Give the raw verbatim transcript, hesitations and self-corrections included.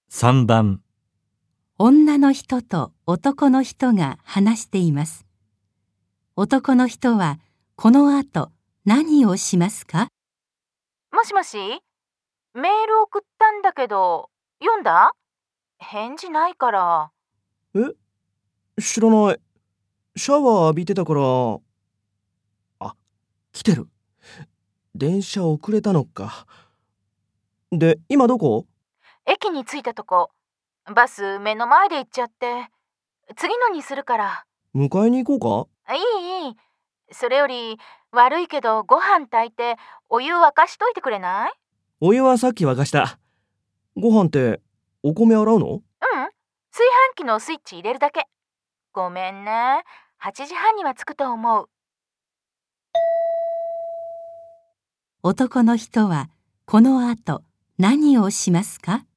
さんばん、 女の人と男の人が話しています。男の人はこの後何をしますか？ もしもし、メール送ったんだけど、読んだ？返事ないから。 え、知らない。シャワー浴びてたから。あ、来てる。電車遅れたのか。で、今どこ？ 駅に着いたとこ。バス目の前で行っちゃって。次のにするから。 迎えに行こうか？ いいいい。それより、悪いけどご飯炊いてお湯沸かしといてくれない？ お湯はさっき沸かした。ご飯ってお米洗うの？ うん。炊飯器のスイッチ入れるだけ。ごめんね。はちじはんには着くと思う。 男の人はこの後何をしますか？